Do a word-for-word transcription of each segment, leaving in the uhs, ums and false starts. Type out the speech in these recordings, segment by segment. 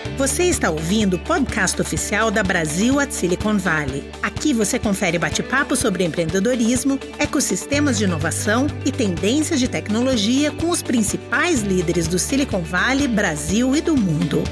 Você está ouvindo o podcast oficial da Brasil at Silicon Valley. Aqui você confere bate-papo sobre empreendedorismo, ecossistemas de inovação e tendências de tecnologia com os principais líderes do Silicon Valley, Brasil e do mundo.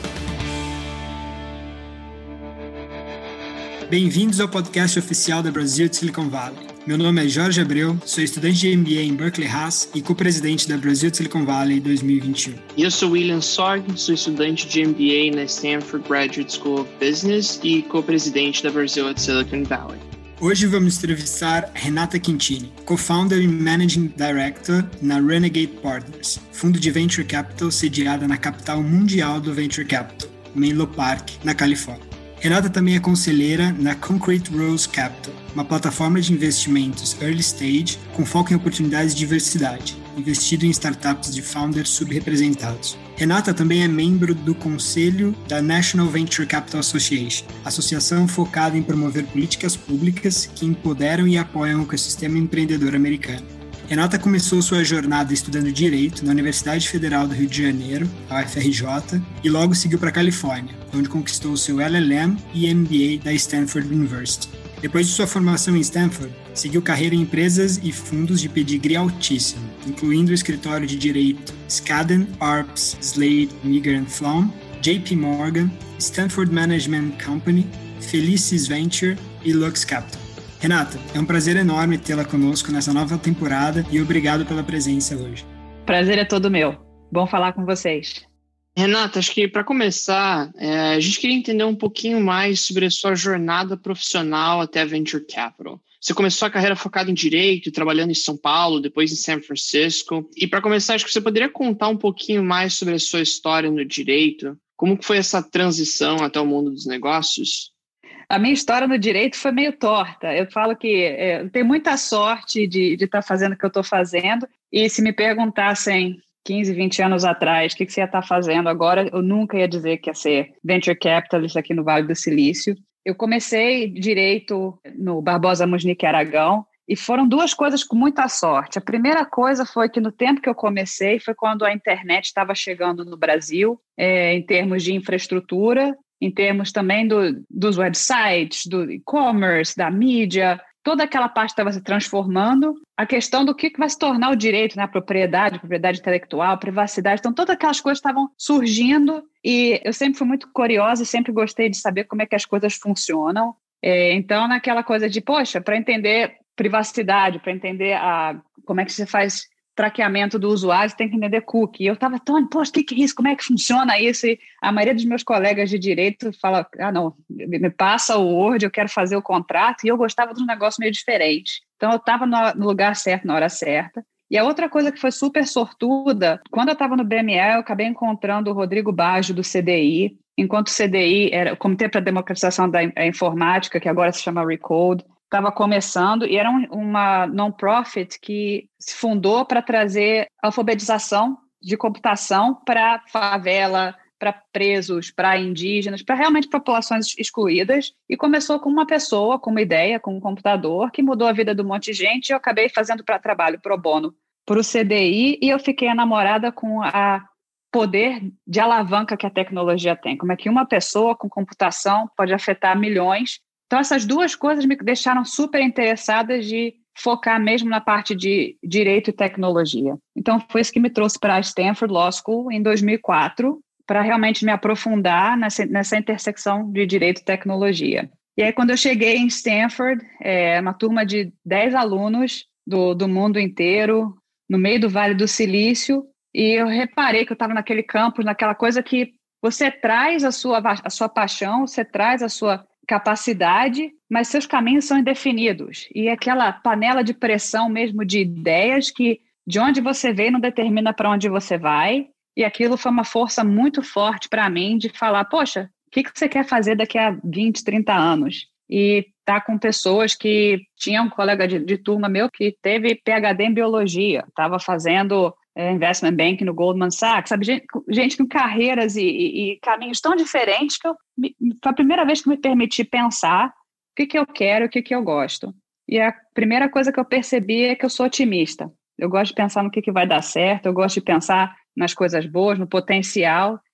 Bem-vindos ao podcast oficial da Brasil at Silicon Valley. Meu nome é Jorge Abreu, sou estudante de M B A em Berkeley Haas e co-presidente da Brasil at Silicon Valley dois mil e vinte e um. Eu sou William Sorg, sou estudante de M B A na Stanford Graduate School of Business e co-presidente da Brasil at Silicon Valley. Hoje vamos entrevistar Renata Quintini, co-founder e Managing Director na Renegade Partners, fundo de Venture Capital sediada na capital mundial do Venture Capital, Menlo Park, na Califórnia. Renata também é conselheira na Concrete Rose Capital, uma plataforma de investimentos early stage com foco em oportunidades de diversidade, investido em startups de founders subrepresentados. Renata também é membro do conselho da National Venture Capital Association, associação focada em promover políticas públicas que empoderam e apoiam o ecossistema empreendedor americano. Renata começou sua jornada estudando Direito na Universidade Federal do Rio de Janeiro, a U F R J, e logo seguiu para a Califórnia, onde conquistou seu L L M e M B A da Stanford University. Depois de sua formação em Stanford, seguiu carreira em empresas e fundos de pedigree altíssimo, incluindo o escritório de direito Skadden, Arps, Slade, Meagher and Flom, J P Morgan, Stanford Management Company, Felicis Venture e Lux Capital. Renata, é um prazer enorme tê-la conosco nessa nova temporada e obrigado pela presença hoje. Prazer é todo meu. Bom falar com vocês. Renata, acho que para começar, é, a gente queria entender um pouquinho mais sobre a sua jornada profissional até a Venture Capital. Você começou a carreira focada em Direito, trabalhando em São Paulo, depois em São Francisco. E para começar, acho que você poderia contar um pouquinho mais sobre a sua história no Direito? Como que foi essa transição até o mundo dos negócios? A minha história no direito foi meio torta. Eu falo que é, eu tenho muita sorte de estar fazendo o que eu estou fazendo. E se me perguntassem quinze, vinte anos atrás o que, que você ia estar fazendo agora, eu nunca ia dizer que ia ser Venture Capitalist aqui no Vale do Silício. Eu comecei direito no Barbosa Musnique Aragão e foram duas coisas com muita sorte. A primeira coisa foi que no tempo que eu comecei foi quando a internet estava chegando no Brasil, é, em termos de infraestrutura, em termos também do, dos websites, do e-commerce, da mídia, toda aquela parte estava se transformando. A questão do que vai se tornar o direito, né? A propriedade, a propriedade intelectual, a privacidade, então todas aquelas coisas estavam surgindo e eu sempre fui muito curiosa e sempre gostei de saber como é que as coisas funcionam. É, então, naquela coisa de, poxa, para entender privacidade, para entender a, como é que se faz traqueamento do usuário, você tem que entender cookie. E eu estava, Tony, poxa, o que, que é isso? Como é que funciona isso? E a maioria dos meus colegas de direito fala, ah, não, me passa o Word, eu quero fazer o contrato, e eu gostava de um negócio meio diferente. Então, eu estava no lugar certo, na hora certa. E a outra coisa que foi super sortuda, quando eu estava no B M E, eu acabei encontrando o Rodrigo Baggio, do C D I, enquanto o C D I era o Comitê para a Democratização da Informática, que agora se chama Recode, estava começando e era um, uma non-profit que se fundou para trazer alfabetização de computação para favela, para presos, para indígenas, para realmente populações excluídas. E começou com uma pessoa, com uma ideia, com um computador, que mudou a vida de um monte de gente. E eu acabei fazendo para trabalho pro bono para o C D I e eu fiquei enamorada com a poder de alavanca que a tecnologia tem. Como é que uma pessoa com computação pode afetar milhões. Então, essas duas coisas me deixaram super interessadas de focar mesmo na parte de direito e tecnologia. Então, foi isso que me trouxe para a Stanford Law School em dois mil e quatro, para realmente me aprofundar nessa, nessa intersecção de direito e tecnologia. E aí, quando eu cheguei em Stanford, é uma turma de dez alunos do, do mundo inteiro, no meio do Vale do Silício, e eu reparei que eu estava naquele campus, naquela coisa que você traz a sua, a sua paixão, você traz a sua capacidade, mas seus caminhos são indefinidos. E aquela panela de pressão mesmo de ideias que de onde você veio não determina para onde você vai. E aquilo foi uma força muito forte para mim de falar, poxa, o que, que você quer fazer daqui a vinte, trinta anos? E tá com pessoas que... Tinha um colega de, de turma meu que teve P H D em biologia, estava fazendo é, investment banking no Goldman Sachs, sabe? Gente, gente com carreiras e, e, e caminhos tão diferentes que eu, foi a primeira vez que me permiti pensar o que, que eu quero e o que, que eu gosto. E a primeira coisa que eu percebi é que eu sou otimista. Eu gosto de pensar no que, que vai dar certo, eu gosto de pensar nas coisas boas, no potencial.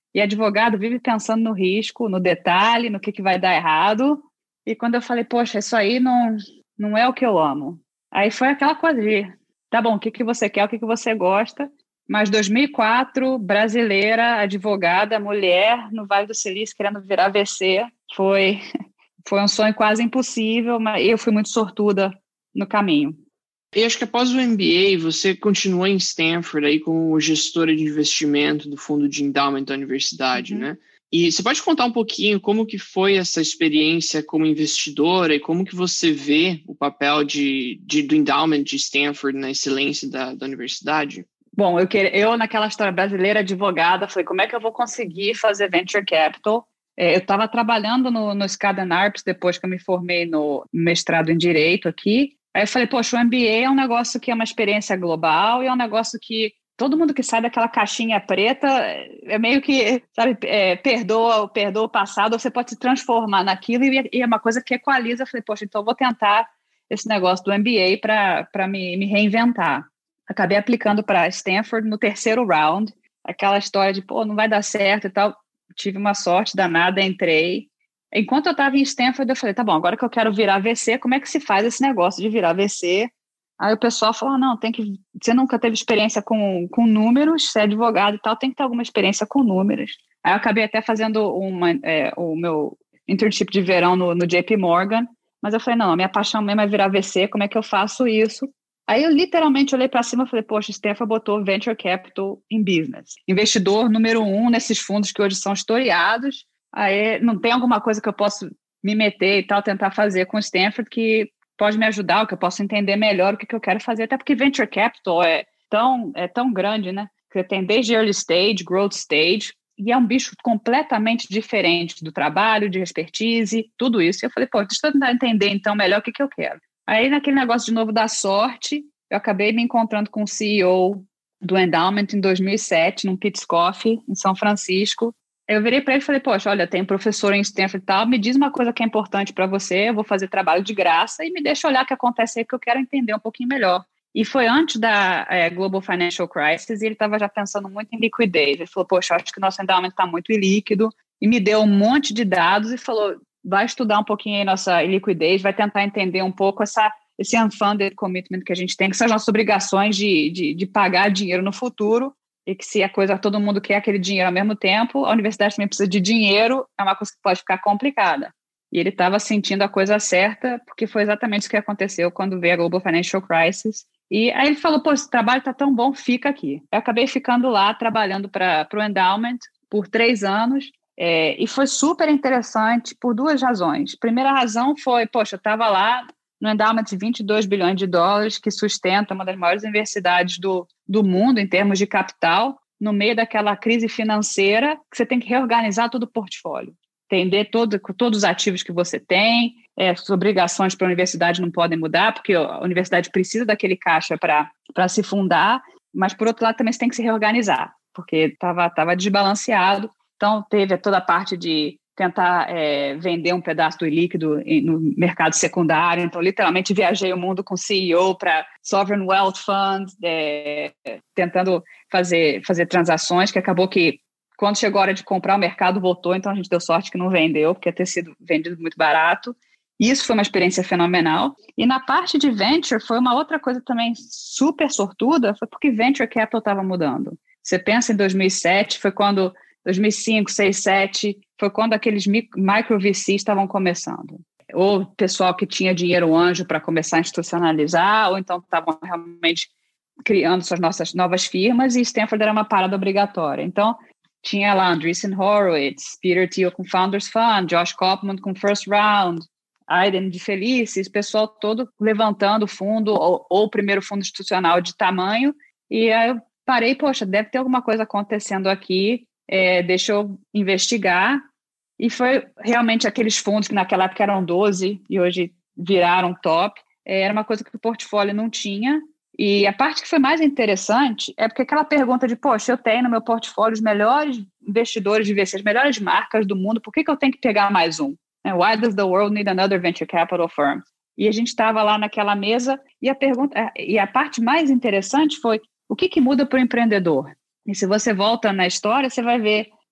E advogado vive pensando no risco, no detalhe, no que, que vai dar errado. E quando eu falei, poxa, isso aí não, não é o que eu amo. Aí foi aquela coisa de, tá bom, o que, que você quer, o que, que você gosta. Mas dois mil e quatro, brasileira, advogada, mulher, no Vale do Silício, querendo virar V C, foi, foi um sonho quase impossível, mas eu fui muito sortuda no caminho. E acho que após o M B A, você continuou em Stanford aí como gestora de investimento do fundo de endowment da universidade, uhum. né? E você pode contar um pouquinho como que foi essa experiência como investidora e como que você vê o papel de, de, do endowment de Stanford na excelência da, da universidade? Bom, eu, que, eu naquela história brasileira, advogada, falei, como é que eu vou conseguir fazer venture capital? É, eu estava trabalhando no, no Skadden Arps depois que eu me formei no mestrado em Direito aqui. Aí eu falei, poxa, o M B A é um negócio que é uma experiência global e é um negócio que todo mundo que sai daquela caixinha preta é meio que, sabe, é, perdoa, perdoa o passado, você pode se transformar naquilo e, e é uma coisa que equaliza. Eu falei, poxa, então eu vou tentar esse negócio do M B A para me, me reinventar. Acabei aplicando para Stanford no terceiro round, aquela história de, pô, não vai dar certo e tal. Tive uma sorte danada, entrei. Enquanto eu estava em Stanford, eu falei, tá bom, agora que eu quero virar V C, como é que se faz esse negócio de virar V C? Aí o pessoal falou, não, tem que, você nunca teve experiência com, com números, você é advogado e tal, tem que ter alguma experiência com números. Aí eu acabei até fazendo uma, é, o meu internship de verão no, no J P Morgan, mas eu falei, não, a minha paixão mesmo é virar V C, como é que eu faço isso? Aí eu literalmente olhei para cima e falei, poxa, Stanford botou Venture Capital em Business. Investidor número um nesses fundos que hoje são historiados. Aí não tem alguma coisa que eu possa me meter e tal, tentar fazer com Stanford que pode me ajudar, que eu possa entender melhor o que, que eu quero fazer. Até porque Venture Capital é tão, é tão grande, né? Você tem desde early stage, growth stage, e é um bicho completamente diferente do trabalho, de expertise, tudo isso. E eu falei, pô, deixa eu tentar entender então melhor o que, que eu quero. Aí, naquele negócio de novo da sorte, eu acabei me encontrando com o C E O do Endowment em dois mil e sete, num Peet's Coffee, em São Francisco. Eu virei para ele e falei, poxa, olha, tem professor em Stanford e tal, me diz uma coisa que é importante para você, eu vou fazer trabalho de graça e me deixa olhar o que acontece aí, que eu quero entender um pouquinho melhor. E foi antes da é, Global Financial Crisis e ele estava já pensando muito em liquidez. Ele falou, poxa, acho que o nosso endowment está muito ilíquido, e me deu um monte de dados e falou, vai estudar um pouquinho aí nossa liquidez, vai tentar entender um pouco essa, esse unfunded commitment que a gente tem, que são as nossas obrigações de, de, de pagar dinheiro no futuro, e que se a coisa, todo mundo quer aquele dinheiro ao mesmo tempo, a universidade também precisa de dinheiro, é uma coisa que pode ficar complicada. E ele estava sentindo a coisa certa, porque foi exatamente isso que aconteceu quando veio a Global Financial Crisis. E aí ele falou, pô, esse trabalho está tão bom, fica aqui. Eu acabei ficando lá, trabalhando para o Endowment por três anos, É, e foi super interessante por duas razões. Primeira razão foi, poxa, eu estava lá no endowment de vinte e dois bilhões de dólares, que sustenta uma das maiores universidades do, do mundo em termos de capital, no meio daquela crise financeira, que você tem que reorganizar todo o portfólio, entender todo, todos os ativos que você tem, é, as obrigações para a universidade não podem mudar, porque a universidade precisa daquele caixa para se fundar, mas, por outro lado, também você tem que se reorganizar, porque estava estava desbalanceado. Então, teve toda a parte de tentar é, vender um pedaço do líquido no mercado secundário. Então, literalmente, viajei o mundo com o C E O para Sovereign Wealth Fund, é, tentando fazer, fazer transações, que acabou que, quando chegou a hora de comprar, o mercado voltou, então a gente deu sorte que não vendeu, porque ia ter sido vendido muito barato. Isso foi uma experiência fenomenal. E na parte de venture, foi uma outra coisa também super sortuda, foi porque venture capital estava mudando. Você pensa em dois mil e sete, foi quando... dois mil e cinco, dois mil e seis, dois mil e sete, foi quando aqueles micro V Cs estavam começando. Ou pessoal que tinha dinheiro anjo para começar a institucionalizar, ou então estavam realmente criando suas nossas novas firmas, e Stanford era uma parada obrigatória. Então, tinha lá Andreessen Horowitz, Peter Thiel com Founders Fund, Josh Kaufman com First Round, Aiden de Felices, pessoal todo levantando fundo, ou, ou o primeiro fundo institucional de tamanho, e aí eu parei, poxa, deve ter alguma coisa acontecendo aqui, É, deixa eu investigar, e foi realmente aqueles fundos que naquela época eram doze e hoje viraram top, é, era uma coisa que o portfólio não tinha, e a parte que foi mais interessante é porque aquela pergunta de, poxa, eu tenho no meu portfólio os melhores investidores de V C, as melhores marcas do mundo, por que, que eu tenho que pegar mais um? Why does the world need another venture capital firm? E a gente estava lá naquela mesa, e a pergunta, e a parte mais interessante foi, o que, que muda para o empreendedor? E se você volta na história, você vai ver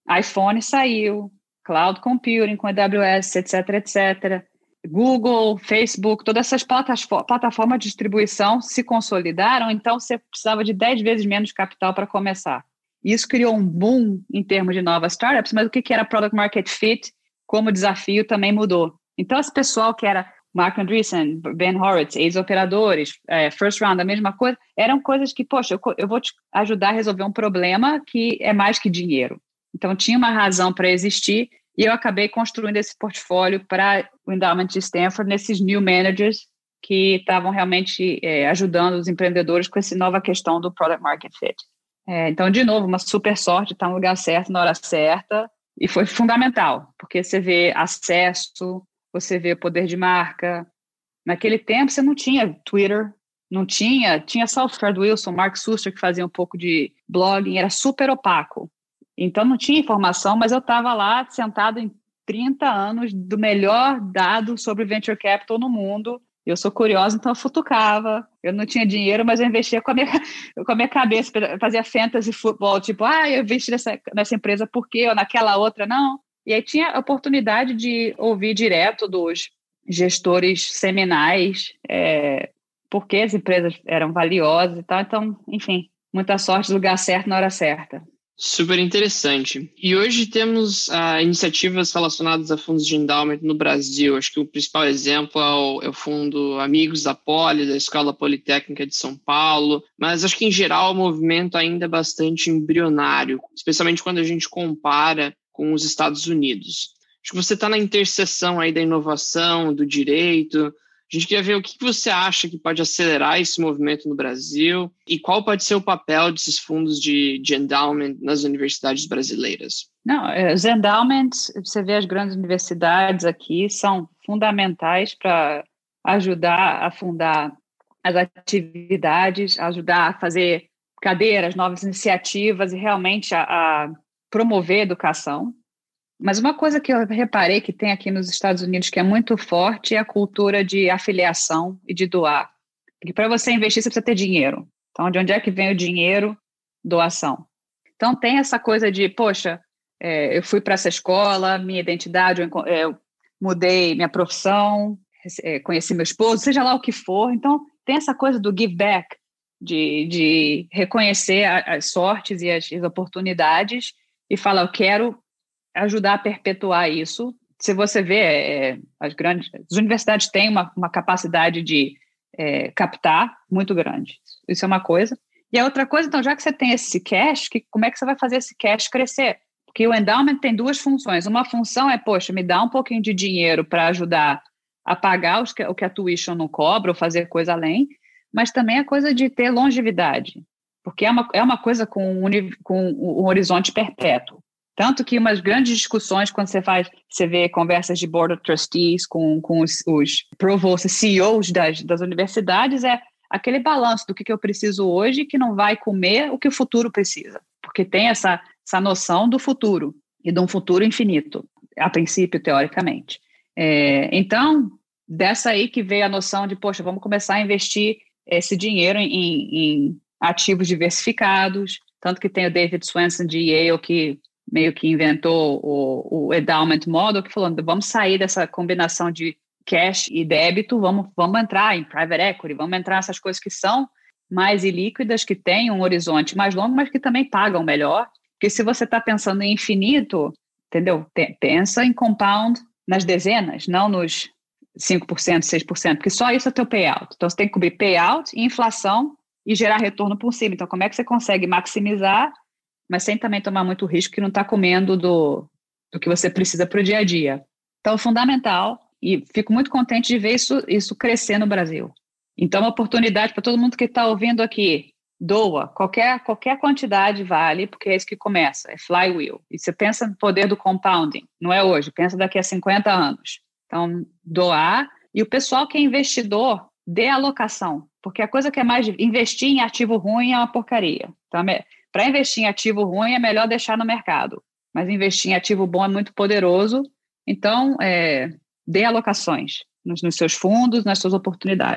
iPhone saiu, cloud computing com A W S, etc, etcétera. Google, Facebook, todas essas plataformas de distribuição se consolidaram, então você precisava de dez vezes menos capital para começar. Isso criou um boom em termos de novas startups, mas o que era Product Market Fit como desafio também mudou. Então, esse pessoal que era Mark Andreessen, Ben Horowitz, ex-operadores, é, First Round, a mesma coisa, eram coisas que, poxa, eu, eu vou te ajudar a resolver um problema que é mais que dinheiro. Então, tinha uma razão para existir e eu acabei construindo esse portfólio para o Endowment de Stanford, nesses new managers que estavam realmente é, ajudando os empreendedores com essa nova questão do Product Market Fit. É, então, de novo, uma super sorte, estar no lugar certo, na hora certa, e foi fundamental, porque você vê acesso, você vê poder de marca. Naquele tempo, você não tinha Twitter, não tinha, tinha só o Fred Wilson, Mark Suster, que fazia um pouco de blogging, era super opaco. Então, não tinha informação, mas eu estava lá sentado em trinta anos do melhor dado sobre Venture Capital no mundo. Eu sou curiosa, então eu futucava. Eu não tinha dinheiro, mas eu investia com a minha, com a minha cabeça. Eu fazia fantasy futebol, tipo, ah, eu investi nessa, nessa empresa por quê? Ou naquela outra, não. E aí tinha a oportunidade de ouvir direto dos gestores seminais é, por que as empresas eram valiosas e tal. Então, enfim, muita sorte, lugar certo na hora certa. Super interessante. E hoje temos ah, iniciativas relacionadas a fundos de endowment no Brasil. Acho que o principal exemplo é o, é o fundo Amigos da Poli, da Escola Politécnica de São Paulo, mas acho que em geral o movimento ainda é bastante embrionário, especialmente quando a gente compara com os Estados Unidos. Acho que você está na interseção aí da inovação, do direito. A gente queria ver o que você acha que pode acelerar esse movimento no Brasil e qual pode ser o papel desses fundos de, de endowment nas universidades brasileiras. Não, os endowments, você vê as grandes universidades aqui, são fundamentais para ajudar a fundar as atividades, ajudar a fazer cadeiras, novas iniciativas e realmente a, a promover a educação. Mas uma coisa que eu reparei que tem aqui nos Estados Unidos que é muito forte é a cultura de afiliação e de doar. Porque para você investir, você precisa ter dinheiro. Então, de onde é que vem o dinheiro? Doação. Então, tem essa coisa de, poxa, é, eu fui para essa escola, minha identidade, eu, eu mudei minha profissão, é, conheci meu esposo, seja lá o que for. Então, tem essa coisa do give back, de, de reconhecer a, as sortes e as, as oportunidades e falar, eu quero ajudar a perpetuar isso. Se você vê, é, as grandes as universidades têm uma, uma capacidade de é, captar muito grande. Isso é uma coisa. E a outra coisa, então, já que você tem esse cash, que, como é que você vai fazer esse cash crescer? Porque o endowment tem duas funções. Uma função é, poxa, me dá um pouquinho de dinheiro para ajudar a pagar os que, o que a tuition não cobra ou fazer coisa além, mas também a coisa de ter longevidade, porque é uma, é uma coisa com um, com um horizonte perpétuo. Tanto que umas grandes discussões, quando você faz, você vê conversas de board of trustees com, com os, os provosts, C E Os das, das universidades, é aquele balanço do que, que eu preciso hoje que não vai comer o que o futuro precisa. Porque tem essa, essa noção do futuro e de um futuro infinito, a princípio, teoricamente. É, então, dessa aí que veio a noção de, poxa, vamos começar a investir esse dinheiro em, em ativos diversificados, tanto que tem o David Swenson de Yale, que meio que inventou o, o endowment model, que falou, vamos sair dessa combinação de cash e débito, vamos, vamos entrar em private equity, vamos entrar nessas coisas que são mais ilíquidas, que têm um horizonte mais longo, mas que também pagam melhor, porque se você está pensando em infinito, entendeu? Pensa em compound nas dezenas, não nos cinco por cento, seis por cento, porque só isso é teu payout. Então, você tem que cobrir payout, inflação e gerar retorno por cima. Então, como é que você consegue maximizar, mas sem também tomar muito risco que não está comendo do, do que você precisa para o dia a dia. Então, é fundamental e fico muito contente de ver isso, isso crescer no Brasil. Então, uma oportunidade para todo mundo que está ouvindo aqui, doa, qualquer, qualquer quantidade vale, porque é isso que começa, é flywheel. E você pensa no poder do compounding, não é hoje, pensa daqui a cinquenta anos. Então, doar, e o pessoal que é investidor, dê alocação, porque a coisa que é mais, investir em ativo ruim é uma porcaria. Então, para investir em ativo ruim é melhor deixar no mercado, mas investir em ativo bom é muito poderoso, então é, dê alocações nos, nos seus fundos, nas suas oportunidades.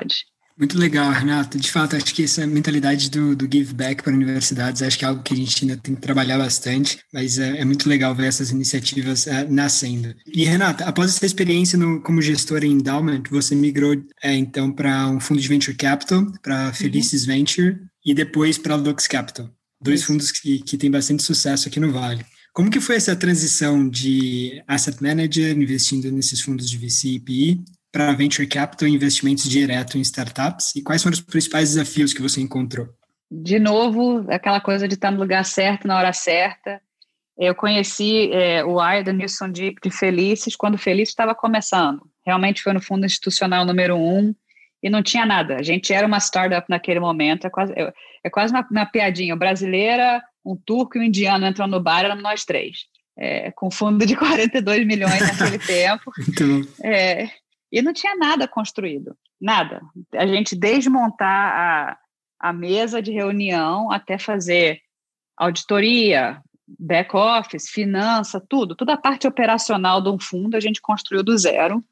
Muito legal, Renato. De fato, acho que essa mentalidade do, do give back para universidades, acho que é algo que a gente ainda tem que trabalhar bastante, mas é, é muito legal ver essas iniciativas é, nascendo. E, Renata, após essa experiência no, como gestora em endowment, você migrou, é, então, para um fundo de venture capital, para Felicis uhum. Venture, e depois para a Lux Capital. Dois Isso. fundos que, que têm bastante sucesso aqui no Vale. Como que foi essa transição de asset manager, investindo nesses fundos de V C e P I, para venture capital e investimentos direto em startups? E quais foram os principais desafios que você encontrou? De novo, aquela coisa de estar no lugar certo, na hora certa. Eu conheci é, o Aidan e o Sundip de Felicis quando o Felicis estava começando. Realmente foi no fundo institucional número um e não tinha nada. A gente era uma startup naquele momento. É quase, é, é quase uma, uma piadinha. Brasileira, um turco e um indiano entram no bar, éramos nós três. É, com fundo de quarenta e dois milhões naquele tempo. Muito bom. É, E não tinha nada construído, nada. A gente, desde montar a, a mesa de reunião até fazer auditoria, back-office, finança, tudo, toda a parte operacional de um fundo a gente construiu do zero.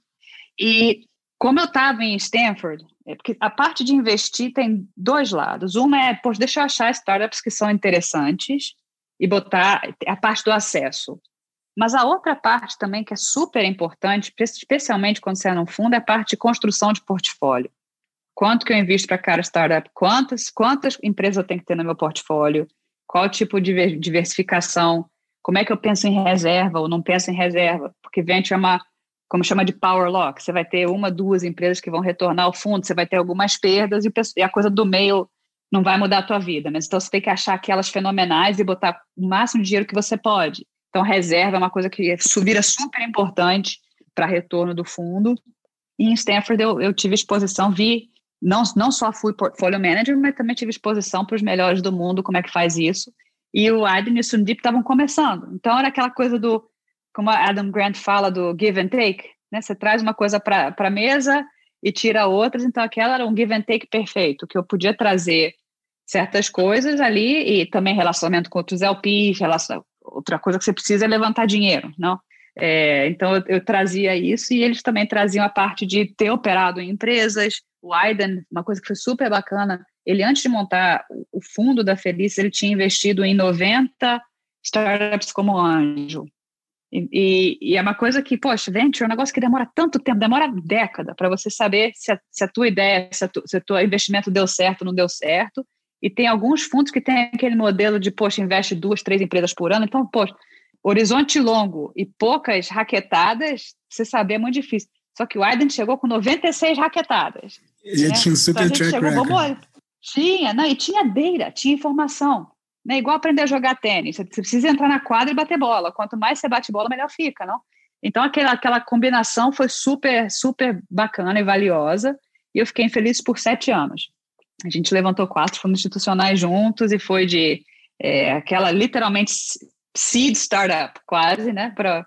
E como eu estava em Stanford, é porque a parte de investir tem dois lados. Uma é, poxa, deixa eu achar startups que são interessantes e botar a parte do acesso. Mas a outra parte também que é super importante, especialmente quando você é num fundo, é a parte de construção de portfólio. Quanto que eu invisto para cada startup? Quantas, quantas empresas eu tenho que ter no meu portfólio? Qual tipo de diversificação? Como é que eu penso em reserva ou não penso em reserva? Porque venture é uma, como chama de power lock. Você vai ter uma, duas empresas que vão retornar ao fundo, você vai ter algumas perdas e a coisa do meio não vai mudar a tua vida. Mas então você tem que achar aquelas fenomenais e botar o máximo de dinheiro que você pode. Então, reserva é uma coisa que vira super importante para retorno do fundo. E em Stanford eu, eu tive exposição, vi, não, não só fui portfolio manager, mas também tive exposição para os melhores do mundo, como é que faz isso. E o Aidan e o Sundip estavam começando. Então, era aquela coisa do, como a Adam Grant fala, do give and take, né? Você traz uma coisa para a mesa e tira outras. Então, aquela era um give and take perfeito, que eu podia trazer certas coisas ali e também relacionamento com outros L Ps, relação, outra coisa que você precisa é levantar dinheiro, não? É, então, eu, eu trazia isso e eles também traziam a parte de ter operado em empresas. O Aidan, uma coisa que foi super bacana, ele, antes de montar o fundo da Felicis, ele tinha investido em noventa startups como anjo. E, e, e é uma coisa que, poxa, venture é um negócio que demora tanto tempo, demora década para você saber se a, se a tua ideia, se, a tu, se o teu investimento deu certo ou não deu certo. E tem alguns fundos que tem aquele modelo de, poxa, investe duas, três empresas por ano. Então, poxa, horizonte longo e poucas raquetadas, você saber é muito difícil. Só que o Aidan chegou com noventa e seis raquetadas. Já né? Tinha um super então, track chegou, record. Vamos, tinha, não, e tinha data, tinha informação. Né? Igual aprender a jogar tênis. Você precisa entrar na quadra e bater bola. Quanto mais você bate bola, melhor fica, não? Então, aquela, aquela combinação foi super, super bacana e valiosa. E eu fiquei infeliz por sete anos. A gente levantou quatro fundos institucionais juntos e foi de é, aquela literalmente seed startup quase, né, para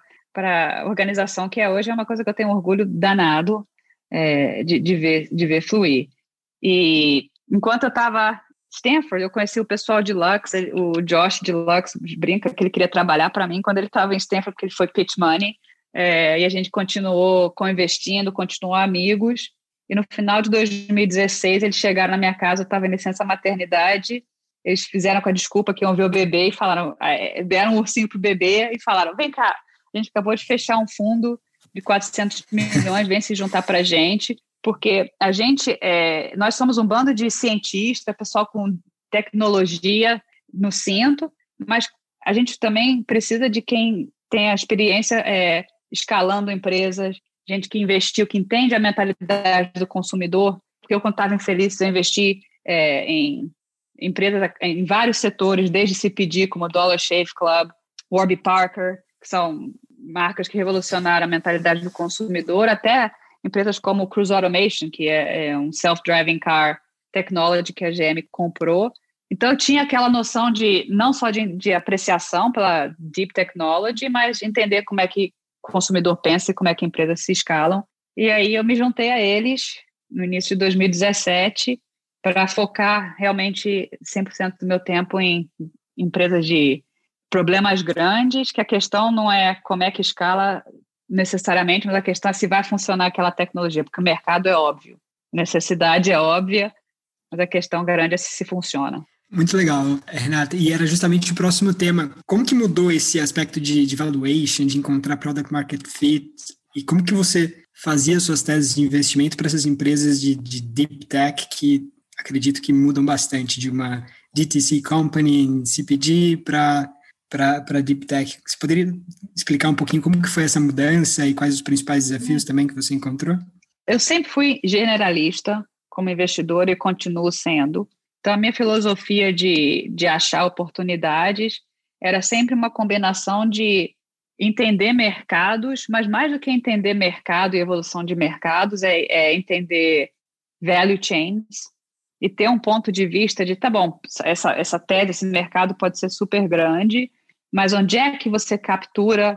a organização que é hoje. É uma coisa que eu tenho um orgulho danado é, de, de, ver, de ver fluir. E enquanto eu estava em Stanford, eu conheci o pessoal de Lux, o Josh de Lux brinca que ele queria trabalhar para mim quando ele estava em Stanford, porque ele foi pitch money, é, e a gente continuou co-investindo, continuou amigos. E no final de dois mil e dezesseis, eles chegaram na minha casa, eu estava em licença maternidade, eles fizeram com a desculpa que iam ver o bebê e falaram, deram um ursinho pro bebê e falaram, vem cá, a gente acabou de fechar um fundo de quatrocentos milhões, vem se juntar para a gente, porque a gente, é, nós somos um bando de cientistas, pessoal com tecnologia no cinto, mas a gente também precisa de quem tem a experiência é, escalando empresas, gente que investiu, que entende a mentalidade do consumidor, porque eu, quando estava infeliz, eu investi é, em empresas em vários setores, desde C P G, como Dollar Shave Club, Warby Parker, que são marcas que revolucionaram a mentalidade do consumidor, até empresas como Cruise Automation, que é, é um self-driving car technology que a G M comprou. Então, eu tinha aquela noção de, não só de, de apreciação pela deep technology, mas entender como é que o consumidor pensa e como é que empresas se escalam. E aí eu me juntei a eles no início de dois mil e dezessete para focar realmente cem por cento do meu tempo em empresas de problemas grandes, que a questão não é como é que escala necessariamente, mas a questão é se vai funcionar aquela tecnologia, porque o mercado é óbvio. necessidade é óbvia, mas a questão grande é se, se funciona. Muito legal, Renata. E era justamente o próximo tema. Como que mudou esse aspecto de, de valuation, de encontrar product market fit? E como que você fazia suas teses de investimento para essas empresas de, de deep tech que acredito que mudam bastante de uma D T C company, C P G, para para deep tech? Você poderia explicar um pouquinho como que foi essa mudança e quais os principais desafios também que você encontrou? Eu sempre fui generalista como investidora e continuo sendo. Então, a minha filosofia de, de achar oportunidades era sempre uma combinação de entender mercados, mas mais do que entender mercado e evolução de mercados, é, é entender value chains e ter um ponto de vista de, tá bom, essa, essa tese, esse mercado pode ser super grande, mas onde é que você captura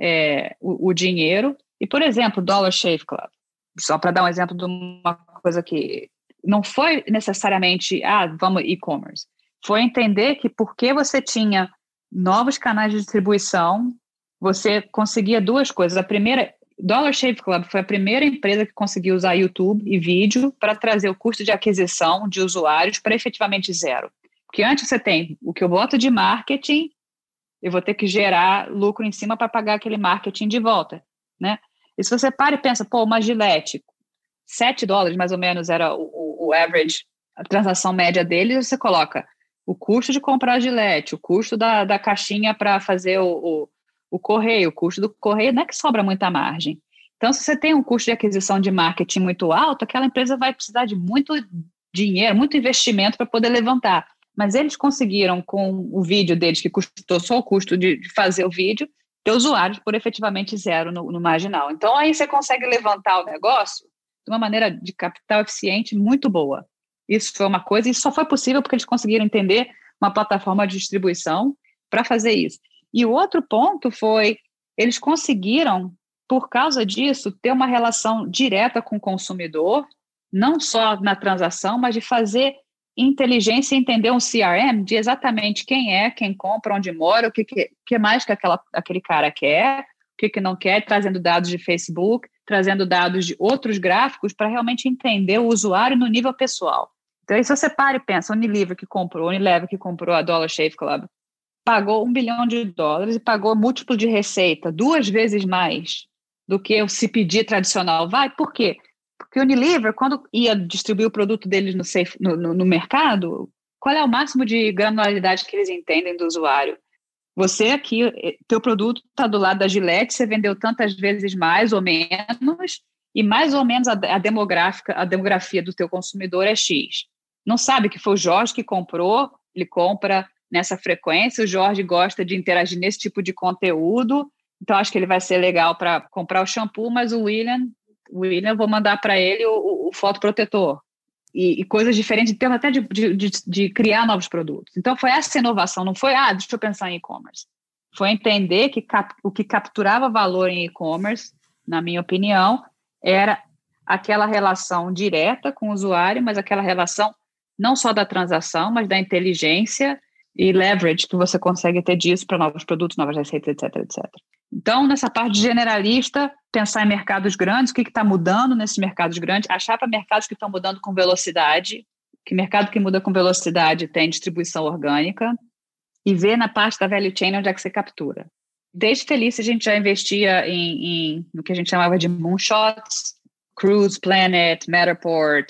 é, o, o dinheiro? E, por exemplo, Dollar Shave Club, só para dar um exemplo de uma coisa que não foi necessariamente, ah, vamos e-commerce. Foi entender que porque você tinha novos canais de distribuição, você conseguia duas coisas. A primeira, Dollar Shave Club foi a primeira empresa que conseguiu usar YouTube e vídeo para trazer o custo de aquisição de usuários para efetivamente zero. Porque antes você tem o que eu boto de marketing, eu vou ter que gerar lucro em cima para pagar aquele marketing de volta, né? E se você para e pensa, pô, uma Gillette, sete dólares mais ou menos era o, o average, a transação média deles, você coloca o custo de comprar a Gillette, o custo da, da caixinha para fazer o, o, o correio, o custo do correio, não é que sobra muita margem. Então, se você tem um custo de aquisição de marketing muito alto, aquela empresa vai precisar de muito dinheiro, muito investimento para poder levantar. Mas eles conseguiram, com o vídeo deles, que custou só o custo de, de fazer o vídeo, ter usuários por efetivamente zero no, no marginal. Então, aí você consegue levantar o negócio de uma maneira de capital eficiente muito boa. Isso foi uma coisa, e só foi possível porque eles conseguiram entender uma plataforma de distribuição para fazer isso. E o outro ponto foi, eles conseguiram, por causa disso, ter uma relação direta com o consumidor, não só na transação, mas de fazer inteligência e entender um C R M de exatamente quem é, quem compra, onde mora, o que, que, que mais que aquela, aquele cara quer, o que, que não quer, trazendo dados de Facebook, trazendo dados de outros gráficos para realmente entender o usuário no nível pessoal. Então, aí, se você para e pensa, Unilever que comprou, Unilever que comprou a Dollar Shave Club, pagou um bilhão de dólares e pagou múltiplo de receita, duas vezes mais do que o C P G tradicional. Vai, por quê? Porque o Unilever, quando ia distribuir o produto deles no, safe, no, no, no mercado, qual é o máximo de granularidade que eles entendem do usuário? Você aqui, teu produto está do lado da Gillette, você vendeu tantas vezes mais ou menos, e mais ou menos a, a, demográfica, a demografia do teu consumidor é X. Não sabe que foi o Jorge que comprou, ele compra nessa frequência, o Jorge gosta de interagir nesse tipo de conteúdo, então acho que ele vai ser legal para comprar o shampoo, mas o William, o William eu vou mandar para ele o, o, o fotoprotetor. E, e coisas diferentes, em termos até de, de, de, de criar novos produtos. Então, foi essa inovação, não foi, ah, deixa eu pensar em e-commerce. Foi entender que cap, o que capturava valor em e-commerce, na minha opinião, era aquela relação direta com o usuário, mas aquela relação não só da transação, mas da inteligência e leverage que você consegue ter disso para novos produtos, novas receitas, etc, etcétera. Então, nessa parte generalista, pensar em mercados grandes, o que está mudando nesses mercados grandes, achar para mercados que estão mudando com velocidade, que mercado que muda com velocidade tem distribuição orgânica, e ver na parte da value chain onde é que você captura. Desde Felice, a gente já investia em, em no que a gente chamava de moonshots, Cruise, Planet, Matterport,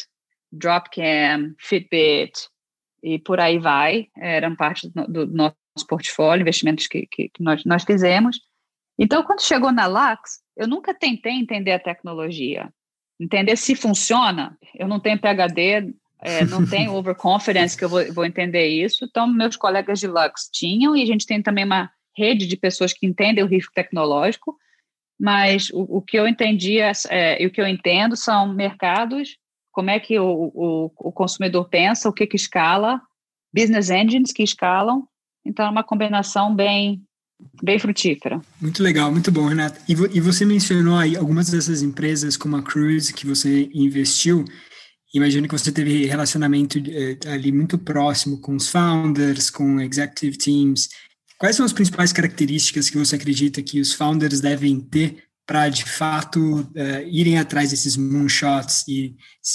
Dropcam, Fitbit, e por aí vai. Eram parte do, do nosso portfólio, investimentos que, que, que nós, nós fizemos. Então, quando chegou na Lux, eu nunca tentei entender a tecnologia, entender se funciona. Eu não tenho P H D, é, não tenho overconfidence que eu vou, vou entender isso. Então, meus colegas de Lux tinham, e a gente tem também uma rede de pessoas que entendem o risco tecnológico, mas o, o que eu entendi é, é, e o que eu entendo são mercados, como é que o, o, o consumidor pensa, o que que escala, business engines que escalam. Então, é uma combinação bem... bem frutífera. Muito legal, muito bom, Renata. E, vo, e você mencionou aí algumas dessas empresas como a Cruise que você investiu. Imagino que você teve relacionamento eh, ali muito próximo com os founders, com executive teams. Quais são as principais características que você acredita que os founders devem ter para, de fato, uh, irem atrás desses moonshots e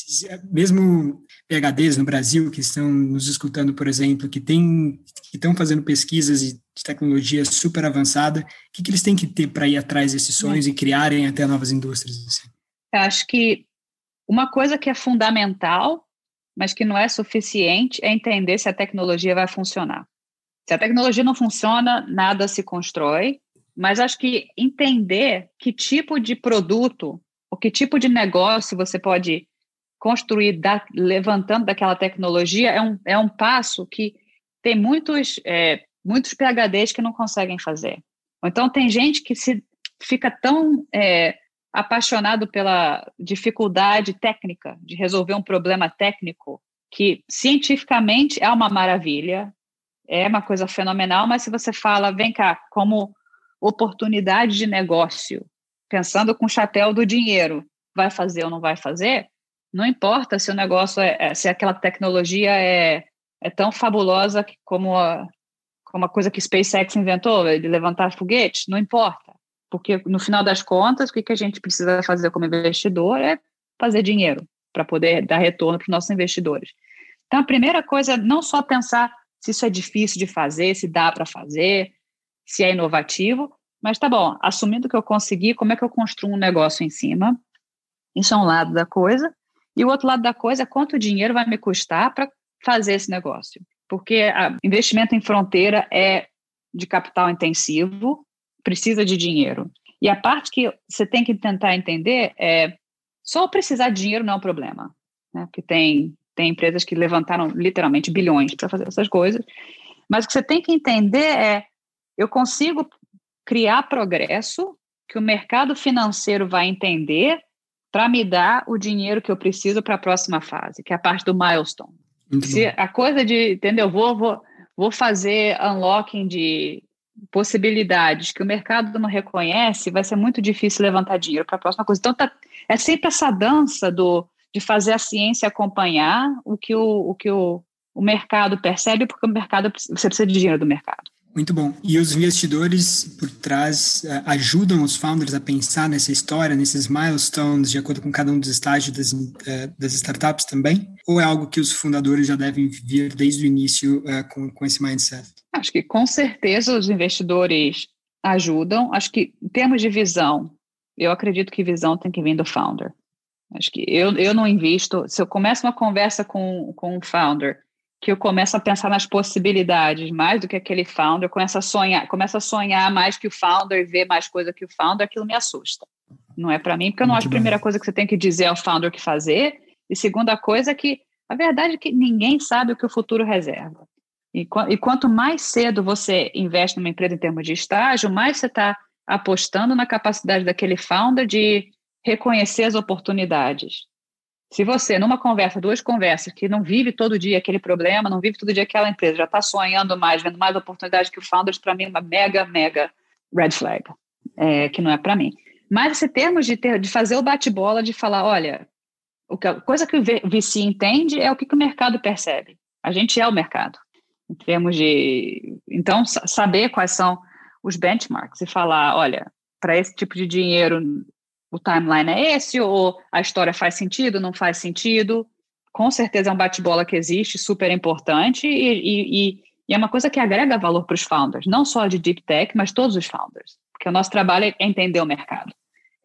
mesmo P H Ds no Brasil que estão nos escutando, por exemplo, que tem, que estão fazendo pesquisas de tecnologia super avançada, o que, que eles têm que ter para ir atrás desses sonhos é. e criarem até novas indústrias? Assim? Eu acho que uma coisa que é fundamental, mas que não é suficiente, é entender se a tecnologia vai funcionar. Se a tecnologia não funciona, nada se constrói, mas acho que entender que tipo de produto ou que tipo de negócio você pode construir da, levantando daquela tecnologia é um, é um passo que tem muitos, é, muitos P H Ds que não conseguem fazer. Então, tem gente que se fica tão é, apaixonado pela dificuldade técnica de resolver um problema técnico que, cientificamente, é uma maravilha, é uma coisa fenomenal, mas se você fala, vem cá, como oportunidade de negócio, pensando com o chapéu do dinheiro, vai fazer ou não vai fazer, não importa se o negócio, é, se aquela tecnologia é, é tão fabulosa como a, como a coisa que SpaceX inventou, de levantar foguete, não importa, porque no final das contas, o que, que a gente precisa fazer como investidor é fazer dinheiro, para poder dar retorno para os nossos investidores. Então, a primeira coisa é não só pensar se isso é difícil de fazer, se dá para fazer, se é inovativo, mas tá bom, assumindo que eu consegui, como é que eu construo um negócio em cima? Isso é um lado da coisa. E o outro lado da coisa é quanto dinheiro vai me custar para fazer esse negócio. Porque a, investimento em fronteira é de capital intensivo, precisa de dinheiro. E a parte que você tem que tentar entender é só precisar de dinheiro não é um problema, né? Porque tem, tem empresas que levantaram literalmente bilhões para fazer essas coisas. Mas o que você tem que entender é eu consigo criar progresso que o mercado financeiro vai entender para me dar o dinheiro que eu preciso para a próxima fase, que é a parte do milestone. Muito Se bom. A coisa de, entendeu, vou, vou, vou fazer unlocking de possibilidades que o mercado não reconhece, vai ser muito difícil levantar dinheiro para a próxima coisa. Então, tá, é sempre essa dança do, de fazer a ciência acompanhar o que o, o, que o, o mercado percebe, porque o mercado, você precisa de dinheiro do mercado. Muito bom. E os investidores por trás uh, ajudam os founders a pensar nessa história, nesses milestones, de acordo com cada um dos estágios das, uh, das startups também? Ou é algo que os fundadores já devem vir desde o início uh, com, com esse mindset? Acho que com certeza os investidores ajudam. Acho que em termos de visão, eu acredito que visão tem que vir do founder. Acho que eu, eu não invisto, se eu começo uma conversa com, com um founder, que eu começo a pensar nas possibilidades mais do que aquele founder, começo a sonhar, começo a sonhar mais que o founder e ver mais coisa que o founder, aquilo me assusta. Não é para mim, porque eu não Muito acho bem. A primeira coisa que você tem que dizer ao founder o que fazer, e segunda coisa é que a verdade é que ninguém sabe o que o futuro reserva. E, e quanto mais cedo você investe numa empresa em termos de estágio, mais você está apostando na capacidade daquele founder de reconhecer as oportunidades. Se você, numa conversa, duas conversas, que não vive todo dia aquele problema, não vive todo dia aquela empresa, já está sonhando mais, vendo mais oportunidades que o founders, para mim, uma mega, mega red flag, é, que não é para mim. Mas esse termo de, ter, de fazer o bate-bola, de falar, olha, o que, a coisa que o V C entende é o que, que o mercado percebe. A gente é o mercado. Em termos de... Então, saber quais são os benchmarks e falar, olha, para esse tipo de dinheiro... o timeline é esse, ou a história faz sentido, não faz sentido. Com certeza é um bate-bola que existe, super importante, e, e, e é uma coisa que agrega valor para os founders, não só de Deep Tech, mas todos os founders, porque o nosso trabalho é entender o mercado.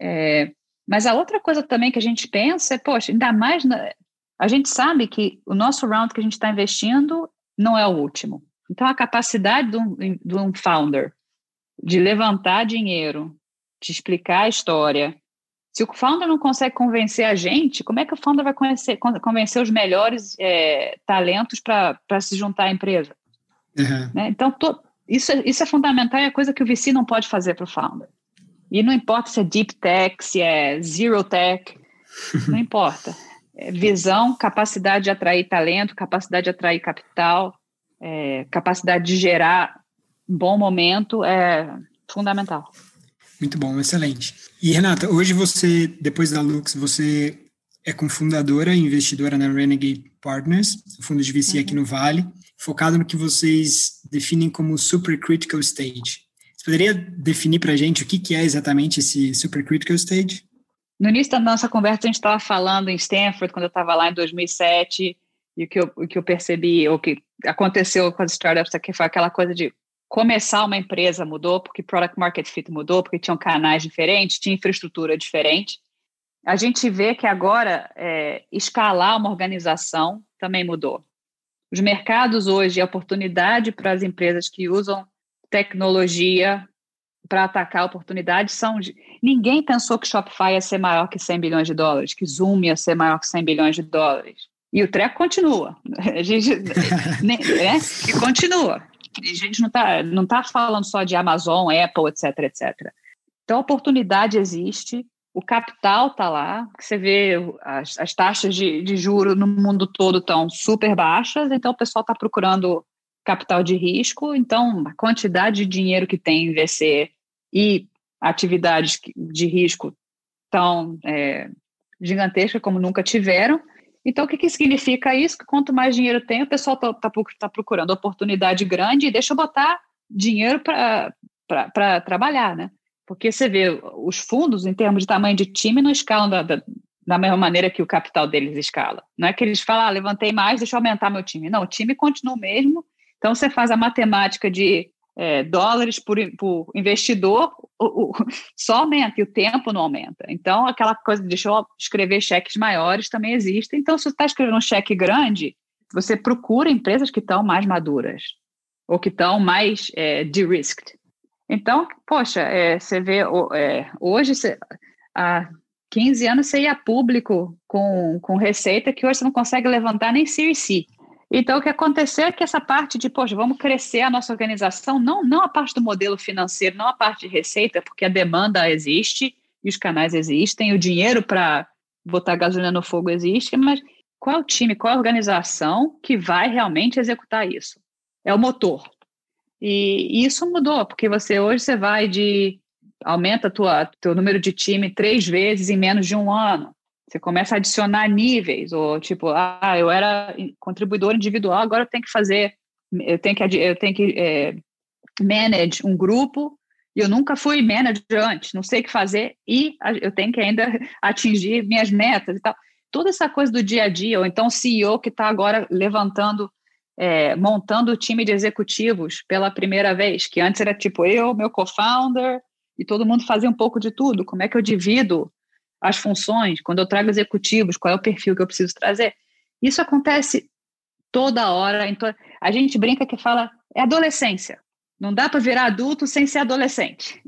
É, mas a outra coisa também que a gente pensa é, poxa, ainda mais, na, a gente sabe que o nosso round que a gente está investindo não é o último. Então, a capacidade de um, de um founder de levantar dinheiro, de explicar a história. Se o founder não consegue convencer a gente, como é que o founder vai conhecer, convencer os melhores é, talentos para se juntar à empresa? Uhum. Né? Então, to, isso, é, isso é fundamental e é coisa que o V C não pode fazer para o founder. E não importa se é deep tech, se é zero tech, não importa. É visão, capacidade de atrair talento, capacidade de atrair capital, é, capacidade de gerar bom momento é fundamental. Muito bom, excelente. E, Renata, hoje você, depois da Lux, você é cofundadora e investidora na Renegade Partners, fundo de V C uhum. aqui no Vale, focado no que vocês definem como Super Critical Stage, poderia definir para a gente o que, que é exatamente esse Supercritical Stage? No início da nossa conversa, a gente estava falando em Stanford, quando eu estava lá em dois mil e sete, e o que eu, o que eu percebi, o que aconteceu com as startups aqui foi aquela coisa de começar uma empresa mudou, porque Product Market Fit mudou, porque tinham canais diferentes, tinha infraestrutura diferente. A gente vê que agora é, escalar uma organização também mudou. Os mercados hoje, a oportunidade para as empresas que usam tecnologia para atacar oportunidades são... De... Ninguém pensou que Shopify ia ser maior que cem bilhões de dólares, que Zoom ia ser maior que cem bilhões de dólares. E o treco continua. A gente, né? E continua. E a gente não está não tá falando só de Amazon, Apple, etc, etcétera. Então, a oportunidade existe, o capital está lá, você vê as, as taxas de, de juros no mundo todo estão super baixas, então o pessoal está procurando capital de risco, então a quantidade de dinheiro que tem em V C e atividades de risco tão é, gigantescas como nunca tiveram. Então, o que, que significa isso? Que quanto mais dinheiro tem, o pessoal está tá, tá procurando oportunidade grande e deixa eu botar dinheiro para trabalhar, né? Porque você vê, os fundos, em termos de tamanho de time, não escalam da, da, da mesma maneira que o capital deles escala. Não é que eles falam, ah, levantei mais, deixa eu aumentar meu time. Não, o time continua o mesmo. Então, você faz a matemática de é, dólares por, por investidor, o, o, só aumenta e o tempo não aumenta. Então, aquela coisa de deixa eu escrever cheques maiores também existe. Então, se você está escrevendo um cheque grande, você procura empresas que estão mais maduras ou que estão mais é, de-risked. Então, poxa, é, você vê, é, hoje, você, há quinze anos, você ia a público com, com receita que hoje você não consegue levantar nem Series C. Então, o que aconteceu é que essa parte de, poxa, vamos crescer a nossa organização, não, não a parte do modelo financeiro, não a parte de receita, porque a demanda existe e os canais existem, o dinheiro para botar gasolina no fogo existe, mas qual é o time, qual é a organização que vai realmente executar isso? É o motor. E, e isso mudou, porque você hoje você vai de... aumenta tua teu número de time três vezes em menos de um ano. Você começa a adicionar níveis, ou tipo, ah, eu era contribuidor individual, agora eu tenho que fazer, eu tenho que, eu tenho que é, manage um grupo, e eu nunca fui manager antes, não sei o que fazer, e eu tenho que ainda atingir minhas metas e tal. Toda essa coisa do dia a dia, ou então o C E O que está agora levantando, é, montando o time de executivos pela primeira vez, que antes era tipo eu, meu co-founder, e todo mundo fazia um pouco de tudo. Como é que eu divido as funções, quando eu trago executivos, qual é o perfil que eu preciso trazer? Isso acontece toda hora. Então, a gente brinca que fala, é adolescência. Não dá para virar adulto sem ser adolescente.